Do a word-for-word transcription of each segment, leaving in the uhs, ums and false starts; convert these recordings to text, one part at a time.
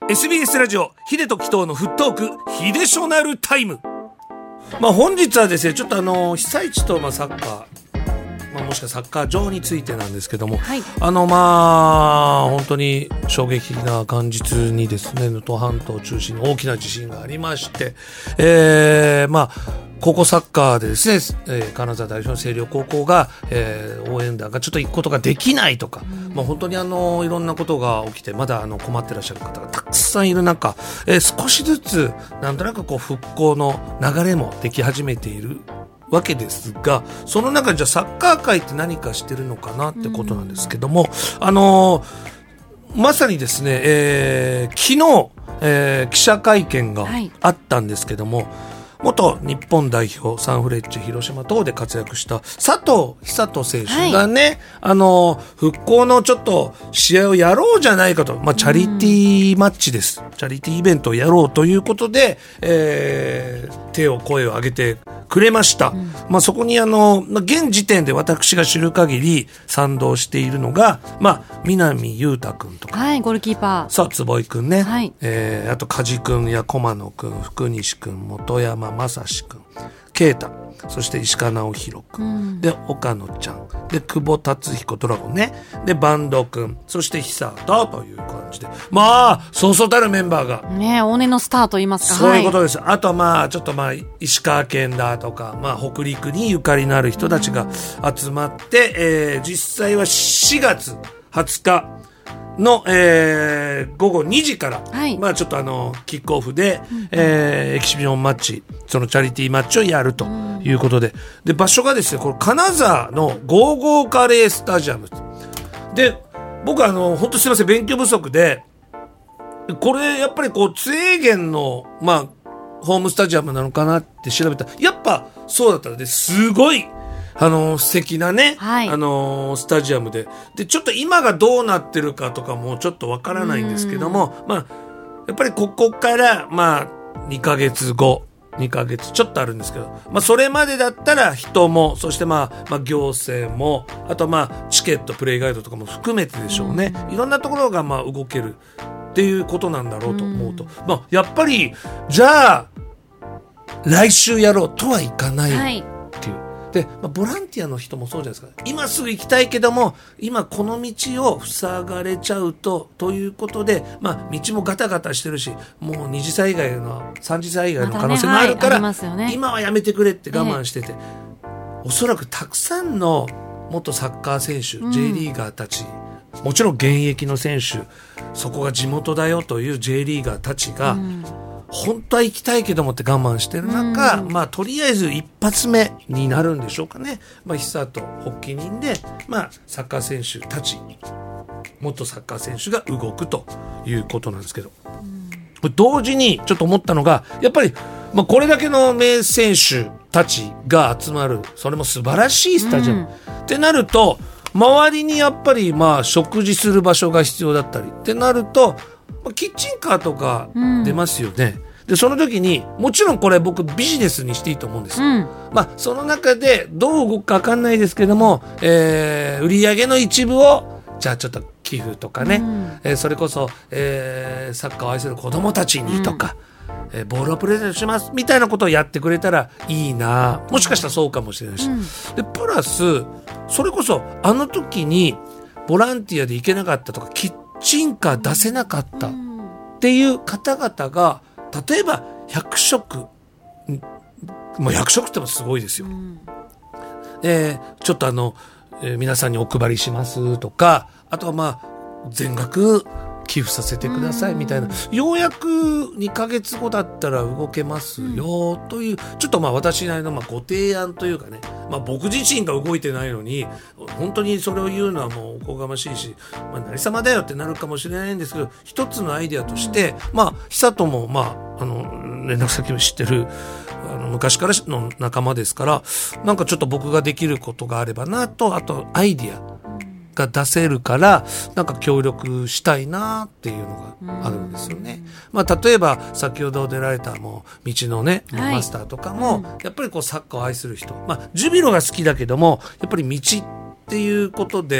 エスビーエス ラジオヒデとキトーのフットークヒデショナルタイム。まあ本日はですね、ちょっとあの被災地とまあサッカー、まあ、もしくはサッカー場についてなんですけども、はい、あのまあ本当に衝撃的な元日にですね、能登半島を中心に大きな地震がありまして、えー、まあ高校サッカーでですね、えー、金沢代表の星稜高校が、えー、応援団がちょっと行くことができないとか、うん、まあ、本当にあのいろんなことが起きてまだあの困ってらっしゃる方がたくさんいる中、えー、少しずつなんとなくこう復興の流れもでき始めているわけですが、その中でじゃあサッカー界って何かしてるのかなってことなんですけども、うん、あのー、まさにですね、えー、昨日、えー、記者会見があったんですけども、はい、元日本代表サンフレッチェ広島等で活躍した佐藤寿人選手がね、はい、あの復興のちょっと試合をやろうじゃないかと、まあ、チャリティーマッチです、うん、チャリティーイベントをやろうということで、えー、手を声を上げてくれました、うん、まあ、そこにあの、まあ、現時点で私が知る限り賛同しているのが、まあ、南裕太君とか、 はい、ゴールキーパー、 さあ坪井君ね、 はい、 えー、あと梶君や駒野君、福西君、本山正史君、啓太、そして石川直弘君、うん、で岡野ちゃんで久保達彦ドラゴンね、でバンド君、そして久人という感じで、まあそうそうたるメンバーがね、往年のスターと言いますか、 そういうことです、はい、あとはまあちょっとまあ石川県だとか、まあ、北陸にゆかりのある人たちが集まって、うん、えー、実際はしがつはつかの、えー、ごごにじから、はい、まあちょっとあのキックオフで、うん、えー、エキシビションマッチ、そのチャリティーマッチをやるということで、うん、で場所がですね、これ金沢のゴーゴーカレースタジアムで、僕はあの本当すいません、勉強不足で、これやっぱりこう津永源のまあホームスタジアムなのかなって調べたら、やっぱそうだったので、すごいあの素敵なね、はい、あのスタジアムで、でちょっと今がどうなってるかとかもちょっとわからないんですけども、まあやっぱりここからまあにかげつご、にかげつちょっとあるんですけど、まあそれまでだったら人も、そしてまあまあ行政も、あとまあチケット、プレイガイドとかも含めてでしょうね、いろんなところがまあ動けるっていうことなんだろうと思うと、まあやっぱりじゃあ来週やろうとはいかないっていう、はい、で、まあ、ボランティアの人もそうじゃないですか、今すぐ行きたいけども今この道を塞がれちゃうとということで、まあ、道もガタガタしてるし、もう二次災害の三次災害の可能性もあるから、またね、はい、ね、今はやめてくれって我慢してて、えー、おそらくたくさんの元サッカー選手、うん、J リーガーたち、もちろん現役の選手、そこが地元だよという J リーガーたちが、うん、本当は行きたいけどもって我慢してる中、うん、まあとりあえず一発目になるんでしょうかね、まあ、久と発起人で、まあ、サッカー選手たち、元サッカー選手が動くということなんですけど、うん、同時にちょっと思ったのが、やっぱり、まあ、これだけの名選手たちが集まる、それも素晴らしいスタジアム、うん、ってなると周りにやっぱりまあ食事する場所が必要だったりってなると、キッチンカーとか出ますよね、うん、でその時にもちろんこれ僕ビジネスにしていいと思うんです、うん、まあその中でどう動くか分かんないですけども、えー、売上の一部をじゃあちょっと寄付とかね、うん、えー、それこそ、えー、サッカーを愛する子どもたちにとか、うん、えー、ボールをプレゼントしますみたいなことをやってくれたらいいな、もしかしたらそうかもしれないし、うん、でプラスそれこそあの時にボランティアで行けなかったとかキッチンカー出せなかったっていう方々が、例えばひゃくしょく、まあ、ひゃくしょくってもすごいですよ、うん、えー、ちょっとあの、えー、皆さんにお配りしますとか、あとはまあ全額寄付させてくださいみたいな、ようやくにかげつごだったら動けますよという、ちょっとまあ私なりのまあご提案というかね、まあ、僕自身が動いてないのに本当にそれを言うのはもうおこがましいし、まあ、何様だよってなるかもしれないんですけど、一つのアイデアとして、まあ久ともまああの連絡先を知ってるあの昔からの仲間ですから、なんかちょっと僕ができることがあればなと、あとアイデアが出せるからなんか協力したいなっていうのがあるんですよね。まあ例えば先ほど出られたもう道のね、はい、マスターとかも、うん、やっぱりこうサッカーを愛する人、まあジュビロが好きだけどもやっぱり道っていうことで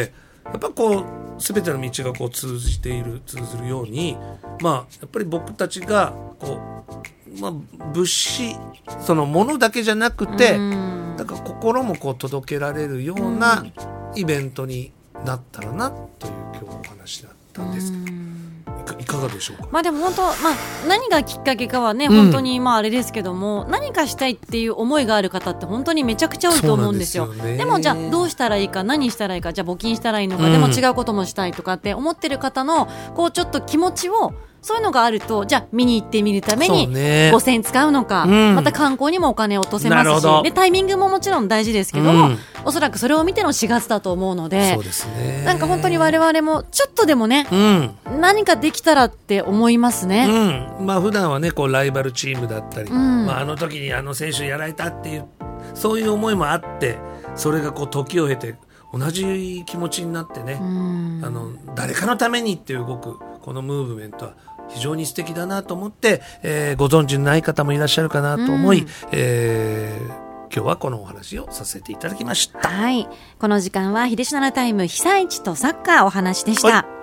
やっぱこう全ての道がこう通じている通ずるように、まあやっぱり僕たちがこう、まあ、物資そのものだけじゃなくて、なんか心もこう届けられるようなイベントになったらなという今日お話だったんですけど、いかがでしょうか。 まあでも本当、まあ、何がきっかけかはね、 うん、 本当にまああれですけども、何かしたいっていう思いがある方って本当にめちゃくちゃ多いと思うんですよ。 そうなんですよね。 でもじゃあどうしたらいいか、何したらいいか、じゃあ募金したらいいのか、 うん、 でも違うこともしたいとかって思ってる方のこうちょっと気持ちを、そういうのがあると、じゃあ見に行ってみるためにごせんえん使うのか、 うん、 また観光にもお金を落とせますし、でタイミングももちろん大事ですけども、うん、おそらくそれを見てのしがつだと思うので、 そうですね、 なんか本当に我々もちょっとでもね、 うん、 何かできたらって思いますね。 うん、まあ普段はねこうライバルチームだったり、うん、まあ、あの時にあの選手やられたっていうそういう思いもあって、それがこう時を経て同じ気持ちになってね、うん、あの誰かのためにって動くこのムーブメントは非常に素敵だなと思って、えー、ご存知のない方もいらっしゃるかなと思い、うん、えー、今日はこのお話をさせていただきました。 はい、この時間は秀吉ななタイム被災地とサッカーお話でした。はい。